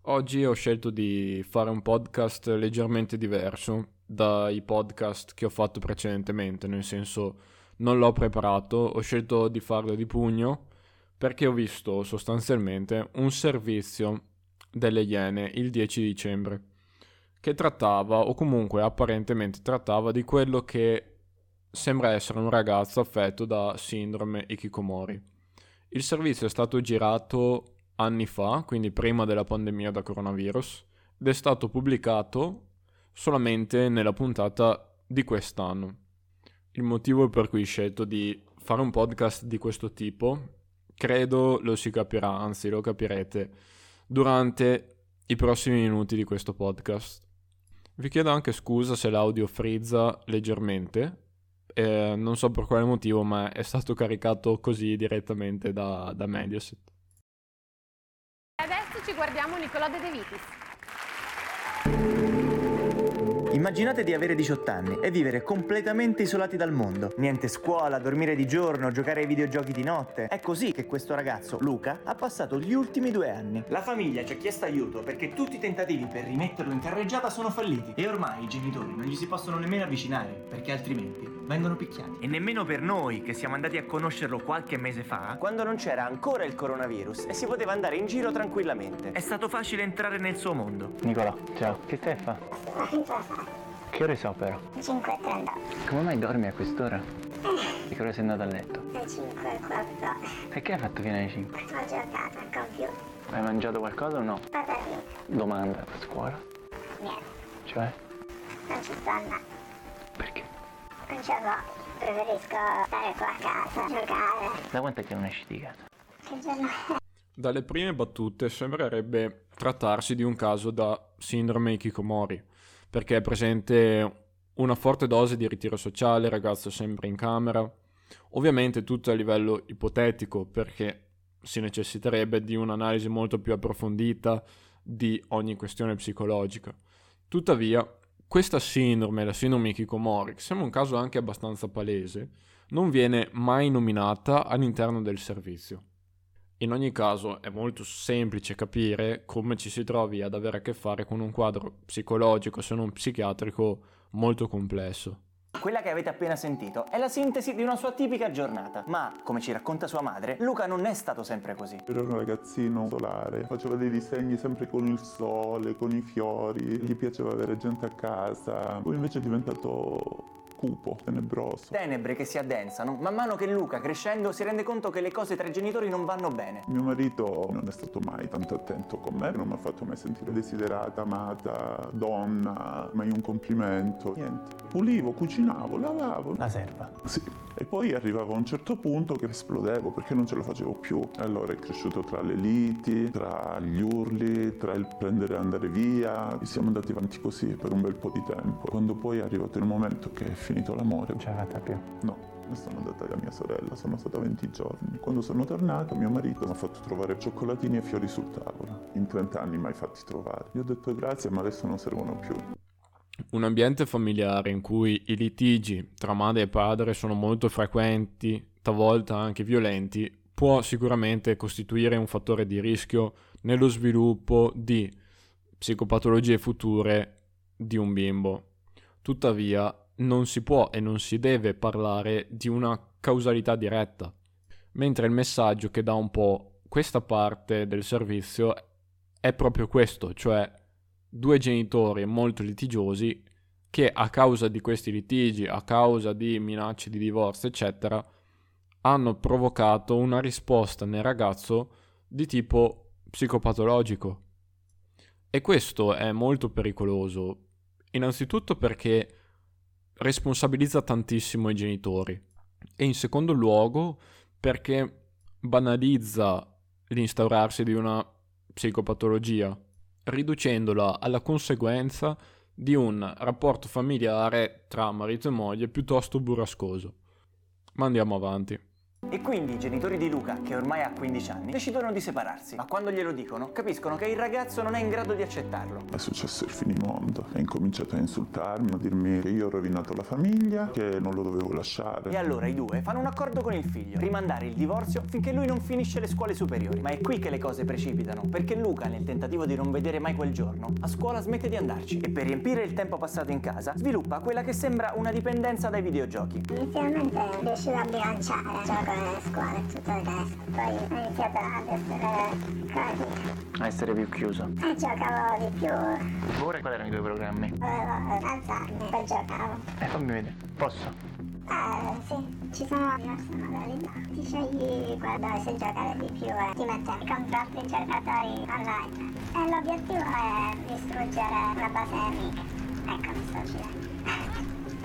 Oggi ho scelto di fare un podcast leggermente diverso dai podcast che ho fatto precedentemente, nel senso non l'ho preparato, ho scelto di farlo di pugno perché ho visto sostanzialmente un servizio delle Iene il 10 dicembre che trattava, o comunque apparentemente trattava, di quello che sembra essere un ragazzo affetto da sindrome Hikikomori. Il servizio è stato girato anni fa, quindi prima della pandemia da coronavirus, ed è stato pubblicato solamente nella puntata di quest'anno. Il motivo per cui ho scelto di fare un podcast di questo tipo, credo lo si capirà, anzi lo capirete, durante i prossimi minuti di questo podcast. Vi chiedo anche scusa se l'audio frizza leggermente, non so per quale motivo, ma è stato caricato così direttamente da Mediaset. Adesso ci guardiamo Nicolò De Vitis. Immaginate di avere 18 anni e vivere completamente isolati dal mondo. Niente scuola, dormire di giorno, giocare ai videogiochi di notte. È così che questo ragazzo, Luca, ha passato gli ultimi 2 anni. La famiglia ci ha chiesto aiuto perché tutti i tentativi per rimetterlo in carreggiata sono falliti. E ormai i genitori non gli si possono nemmeno avvicinare, perché altrimenti vengono picchiati. E nemmeno per noi, che siamo andati a conoscerlo qualche mese fa, quando non c'era ancora il coronavirus e si poteva andare in giro tranquillamente. È stato facile entrare nel suo mondo. Nicolò, ciao, che stai a fare? Che ore so però? 5:30. Come mai dormi a quest'ora? Che ora sei andato a letto? Le 5:04. E che hai fatto fino alle 5? Ho giocato al computer. Hai mangiato qualcosa o no? Patatine. Domanda, a scuola? Niente. Cioè? Non ci sto andando. Perché? Non ce l'ho. Preferisco stare qua a casa, giocare. Da quanto è che non esci di casa? Che giorno è? Dalle prime battute sembrerebbe trattarsi di un caso da sindrome Hikikomori, perché è presente una forte dose di ritiro sociale, il ragazzo è sempre in camera. Ovviamente tutto a livello ipotetico, perché si necessiterebbe di un'analisi molto più approfondita di ogni questione psicologica. Tuttavia, questa sindrome, la sindrome Hikikomori, che sembra un caso anche abbastanza palese, non viene mai nominata all'interno del servizio. In ogni caso è molto semplice capire come ci si trovi ad avere a che fare con un quadro psicologico, se non psichiatrico, molto complesso. Quella che avete appena sentito è la sintesi di una sua tipica giornata. Ma, come ci racconta sua madre, Luca non è stato sempre così. Era un ragazzino solare, faceva dei disegni sempre con il sole, con i fiori, gli piaceva avere gente a casa, poi invece è diventato cupo, tenebroso. Tenebre che si addensano man mano che Luca, crescendo, si rende conto che le cose tra i genitori non vanno bene. Mio marito non è stato mai tanto attento con me, non mi ha fatto mai sentire desiderata, amata, donna, mai un complimento, niente. Pulivo, cucinavo, lavavo. La serva. Sì. E poi arrivavo a un certo punto che esplodevo perché non ce la facevo più. Allora è cresciuto tra le liti, tra gli urli, tra il prendere e andare via. E siamo andati avanti così per un bel po' di tempo. Quando poi è arrivato il momento che è finito l'amore. Non ce l'hai fatta più? No, sono andata da mia sorella, sono stata 20 giorni. Quando sono tornato mio marito mi ha fatto trovare cioccolatini e fiori sul tavolo. In 30 anni mai fatti trovare. Gli ho detto grazie ma adesso non servono più. Un ambiente familiare in cui i litigi tra madre e padre sono molto frequenti, talvolta anche violenti, può sicuramente costituire un fattore di rischio nello sviluppo di psicopatologie future di un bimbo. Tuttavia, non si può e non si deve parlare di una causalità diretta, mentre il messaggio che dà un po' questa parte del servizio è proprio questo, cioè 2 genitori molto litigiosi che a causa di questi litigi, a causa di minacce di divorzio, eccetera, hanno provocato una risposta nel ragazzo di tipo psicopatologico. E questo è molto pericoloso, innanzitutto perché responsabilizza tantissimo i genitori e in secondo luogo perché banalizza l'instaurarsi di una psicopatologia, riducendola alla conseguenza di un rapporto familiare tra marito e moglie piuttosto burrascoso. Ma andiamo avanti. E quindi i genitori di Luca, che ormai ha 15 anni, decidono di separarsi. Ma quando glielo dicono, capiscono che il ragazzo non è in grado di accettarlo. È successo il finimondo. Ha incominciato a insultarmi, a dirmi che io ho rovinato la famiglia, che non lo dovevo lasciare. E allora i due fanno un accordo con il figlio: rimandare il divorzio finché lui non finisce le scuole superiori. Ma è qui che le cose precipitano, perché Luca, nel tentativo di non vedere mai quel giorno, a scuola smette di andarci e per riempire il tempo passato in casa sviluppa quella che sembra una dipendenza dai videogiochi. Inizialmente riuscivo a bilanciare gioco e scuola e tutto il resto. Poi ho iniziato ad essere così. A essere più chiuso. E giocavo di più. Ora quali erano i tuoi programmi? Volevo alzarmi, poi giocavo. Fammi vedere. Posso? Sì, ci sono diverse modalità. Ti scegli quella dove sai giocare di più e ti metti contro altri giocatori online. E l'obiettivo è distruggere la base nemica. Ecco, mi sto uccidendo.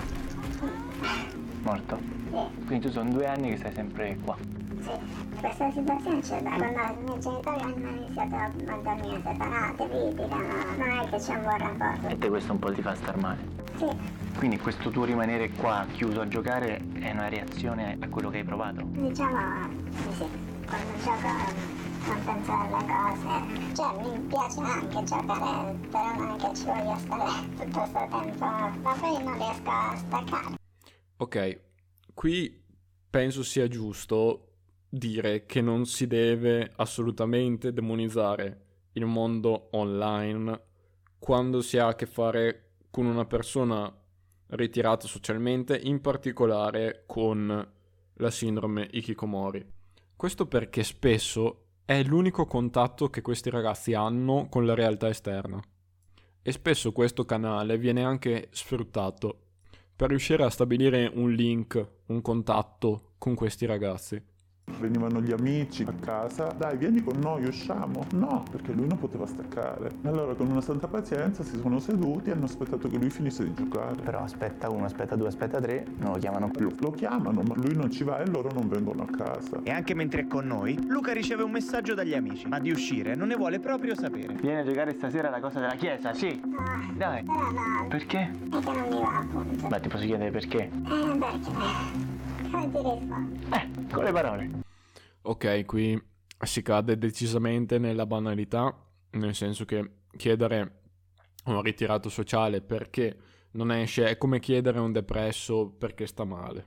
Morto? Sì. Quindi tu sono 2 anni che stai sempre qua. Sì, questa situazione c'è da quando i miei genitori hanno iniziato a mandarmi separate, litigano, non è che c'è un buon rapporto. E te questo un po' ti fa star male. Sì, Quindi questo tuo rimanere qua chiuso a giocare è una reazione a quello che hai provato? diciamo di sì, quando gioco non penso alle cose, cioè mi piace anche giocare, però non è che ci voglio stare tutto questo tempo, ma poi non riesco a staccare. Ok, qui penso sia giusto dire che non si deve assolutamente demonizzare il mondo online quando si ha a che fare con una persona ritirata socialmente, in particolare con la sindrome Hikikomori. Questo perché spesso è l'unico contatto che questi ragazzi hanno con la realtà esterna e spesso questo canale viene anche sfruttato per riuscire a stabilire un link, un contatto con questi ragazzi. Venivano gli amici a casa, dai vieni con noi, usciamo. No, perché lui non poteva staccare. Allora con una santa pazienza si sono seduti e hanno aspettato che lui finisse di giocare. Però aspetta 1, aspetta 2, aspetta 3, non lo chiamano più. Lo chiamano, ma lui non ci va e loro non vengono a casa. E anche mentre è con noi, Luca riceve un messaggio dagli amici, ma di uscire non ne vuole proprio sapere. Vieni a giocare stasera alla cosa della chiesa, sì? Dai. Però no, Perché? è che non mi va appunto. Beh, ti posso chiedere perché? Perché? Come ti rispondo? Con le parole. Ok, qui si cade decisamente nella banalità, nel senso che chiedere a un ritirato sociale perché non esce è come chiedere a un depresso perché sta male.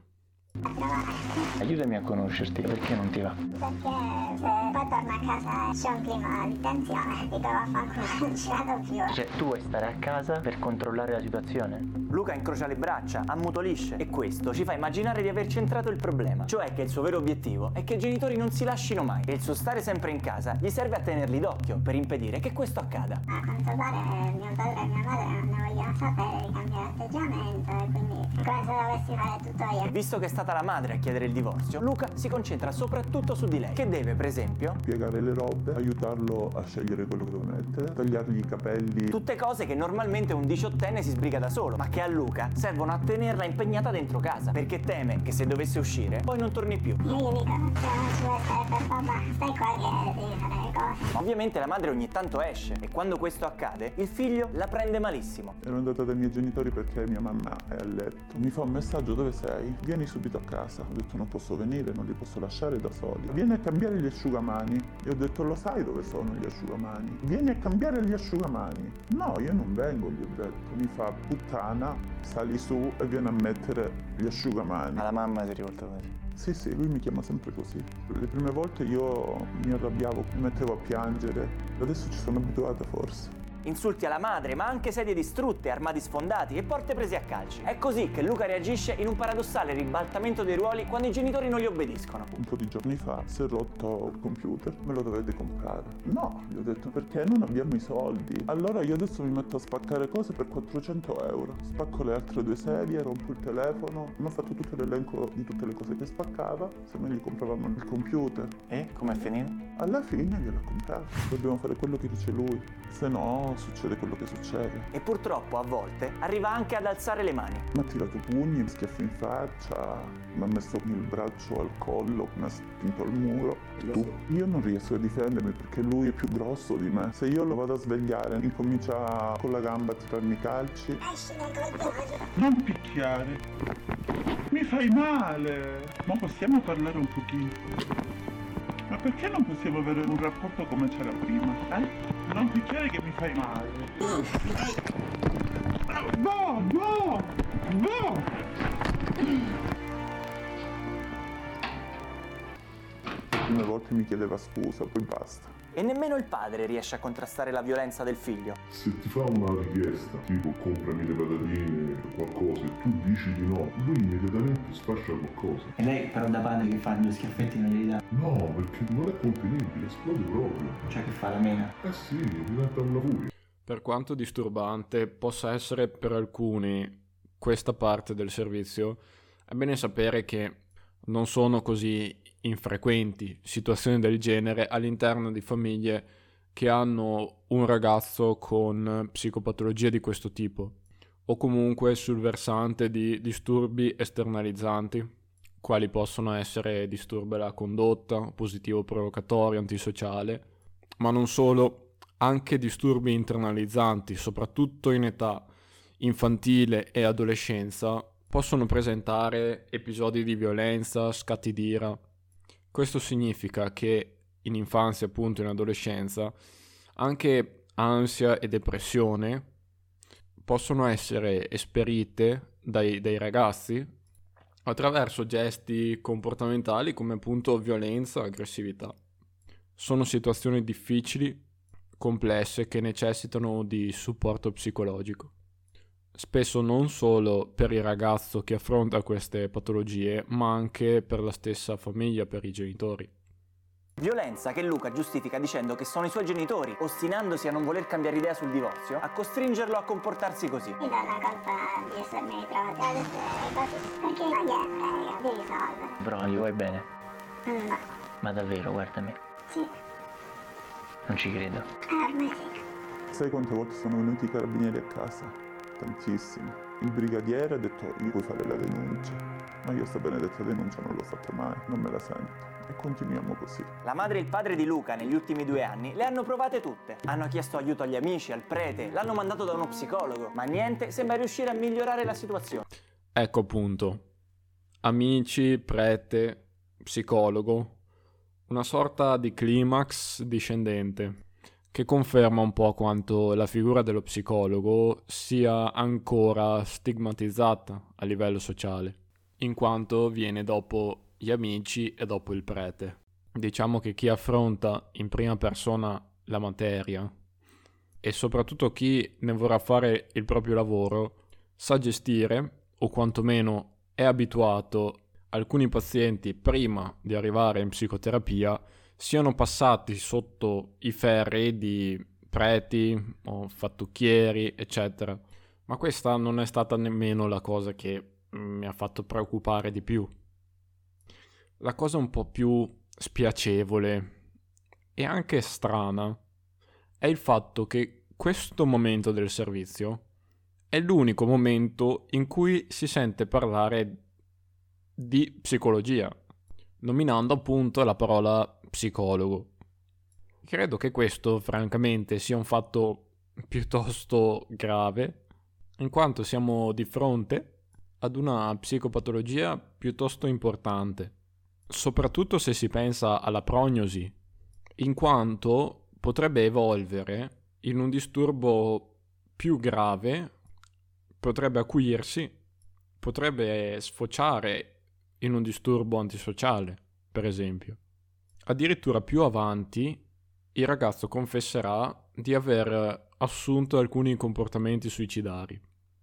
Aiutami a conoscerti, perché non ti va? Perché se poi torno a casa c'è un clima di tensione, dico vaffanculo, non ci vado più. Cioè, tu vuoi stare a casa per controllare la situazione? Luca incrocia le braccia, ammutolisce e questo ci fa immaginare di aver centrato il problema, cioè che il suo vero obiettivo è che i genitori non si lascino mai e il suo stare sempre in casa gli serve a tenerli d'occhio per impedire che questo accada. A quanto pare mio padre e mia madre non ne vogliono sapere di cambiare atteggiamento e quindi è come se dovessi fare tutto io. Visto che è stata la madre a chiedere il divorzio, Luca si concentra soprattutto su di lei, che deve, per esempio, Piegare le robe, aiutarlo a scegliere quello che deve mettere, tagliargli i capelli. tutte cose che normalmente un 18enne si sbriga da solo, ma che a Luca servono a tenerla impegnata dentro casa, perché teme che se dovesse uscire poi non torni più. E io gli dico, se non ci vuoi stare per papà, stai qua che devi fare le cose. Ovviamente la madre ogni tanto esce e quando questo accade, il figlio la prende malissimo. Ero andata dai miei genitori perché mia mamma è a letto. Mi fa un messaggio: dove sei? Vieni subito a casa. Ho detto non posso venire, non li posso lasciare da soli. Vieni a cambiare gli asciugamani. E ho detto lo sai dove sono gli asciugamani? Vieni a cambiare gli asciugamani. No, io non vengo, gli ho detto. Mi fa puttana, sali su e vieni a mettere gli asciugamani. Alla mamma si è rivolta così. Sì, lui mi chiama sempre così. Le prime volte io mi arrabbiavo, mi mettevo a piangere. Adesso ci sono abituata forse. Insulti alla madre, ma anche sedie distrutte, armadi sfondati e porte prese a calci. È così che Luca reagisce in un paradossale ribaltamento dei ruoli quando i genitori non gli obbediscono. Un po' di giorni fa si è rotto il computer, me lo dovete comprare. No, gli ho detto perché non abbiamo i soldi. Allora io adesso mi metto a spaccare cose per 400 euro. Spacco le altre 2 sedie, rompo il telefono. Mi ha fatto tutto l'elenco di tutte le cose che spaccava, se noi gli compravamo il computer. E com'è finito? Alla fine gliel'ha comprato. Dobbiamo fare quello che dice lui, se no succede quello che succede. E purtroppo a volte arriva anche ad alzare le mani. Mi ha tirato pugni, schiaffi in faccia, mi ha messo il braccio al collo, mi ha spinto al muro. Io non riesco a difendermi perché lui è più grosso di me. Se io lo vado a svegliare, incomincia con la gamba a tirarmi calci. Esci dal corridoio. Non picchiare. Mi mi fai male! Ma possiamo parlare un pochino? Ma perché non possiamo avere un rapporto come c'era prima? Non picchiare che mi fai male! No, no, no! Le prime volte mi chiedeva scusa, poi basta. E nemmeno il padre riesce a contrastare la violenza del figlio. Se ti fa una richiesta, tipo comprami le patatine o qualcosa, e tu dici di no, lui immediatamente sfascia qualcosa. E lei però da padre che fa 2 schiaffetti non glieli dà? No, perché non è contenibile, esplode proprio. Cioè che fa la mena? Eh sì, diventa una furia. Per quanto disturbante possa essere per alcuni questa parte del servizio, è bene sapere che non sono così infrequenti situazioni del genere all'interno di famiglie che hanno un ragazzo con psicopatologie di questo tipo, o comunque sul versante di disturbi esternalizzanti, quali possono essere disturbi della condotta, positivo provocatorio, antisociale, ma non solo, anche disturbi internalizzanti, soprattutto in età infantile e adolescenza, possono presentare episodi di violenza, scatti d'ira. Questo significa che in infanzia, appunto in adolescenza, anche ansia e depressione possono essere esperite dai ragazzi attraverso gesti comportamentali come appunto violenza, aggressività. Sono situazioni difficili, complesse, che necessitano di supporto psicologico. Spesso non solo per il ragazzo che affronta queste patologie, ma anche per la stessa famiglia, per i genitori. Violenza che Luca giustifica dicendo che sono i suoi genitori, ostinandosi a non voler cambiare idea sul divorzio, a costringerlo a comportarsi così. Mi do la colpa di essermi trovati a essere così, perché non gli frega di risolvere. Bro, gli vuoi bene? No, Ma davvero, guardami. sì, Non ci credo. ormai sì. Sai quante volte sono venuti i carabinieri a casa? Tantissime. Il brigadiere ha detto io vuoi fare la denuncia, ma io sta benedetta denuncia non l'ho fatta mai, non me la sento. E continuiamo così. La madre e il padre di Luca negli ultimi 2 anni le hanno provate tutte. Hanno chiesto aiuto agli amici, al prete, l'hanno mandato da uno psicologo, ma niente sembra riuscire a migliorare la situazione. Ecco appunto, amici, prete, psicologo, una sorta di climax discendente che conferma un po' quanto la figura dello psicologo sia ancora stigmatizzata a livello sociale, in quanto viene dopo gli amici e dopo il prete. Diciamo che chi affronta in prima persona la materia e soprattutto chi ne vorrà fare il proprio lavoro sa gestire, o quantomeno è abituato. Alcuni pazienti prima di arrivare in psicoterapia siano passati sotto i ferri di preti o fattucchieri, eccetera. Ma questa non è stata nemmeno la cosa che mi ha fatto preoccupare di più. La cosa un po' più spiacevole e anche strana è il fatto che questo momento del servizio è l'unico momento in cui si sente parlare di psicologia, nominando appunto la parola psicologo. Credo che questo francamente sia un fatto piuttosto grave, in quanto siamo di fronte ad una psicopatologia piuttosto importante, soprattutto se si pensa alla prognosi, in quanto potrebbe evolvere in un disturbo più grave, potrebbe acuirsi, potrebbe sfociare in un disturbo antisociale, per esempio. Addirittura più avanti il ragazzo confesserà di aver assunto alcuni comportamenti suicidari.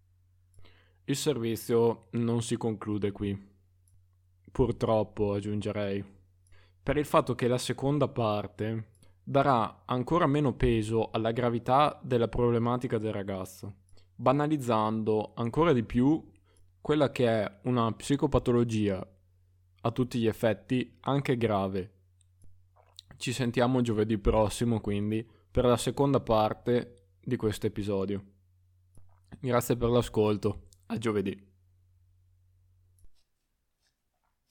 Il servizio non si conclude qui. Purtroppo, aggiungerei, per il fatto che la seconda parte darà ancora meno peso alla gravità della problematica del ragazzo, banalizzando ancora di più quella che è una psicopatologia a tutti gli effetti anche grave. Ci sentiamo giovedì prossimo quindi per la seconda parte di questo episodio. Grazie per l'ascolto, a giovedì.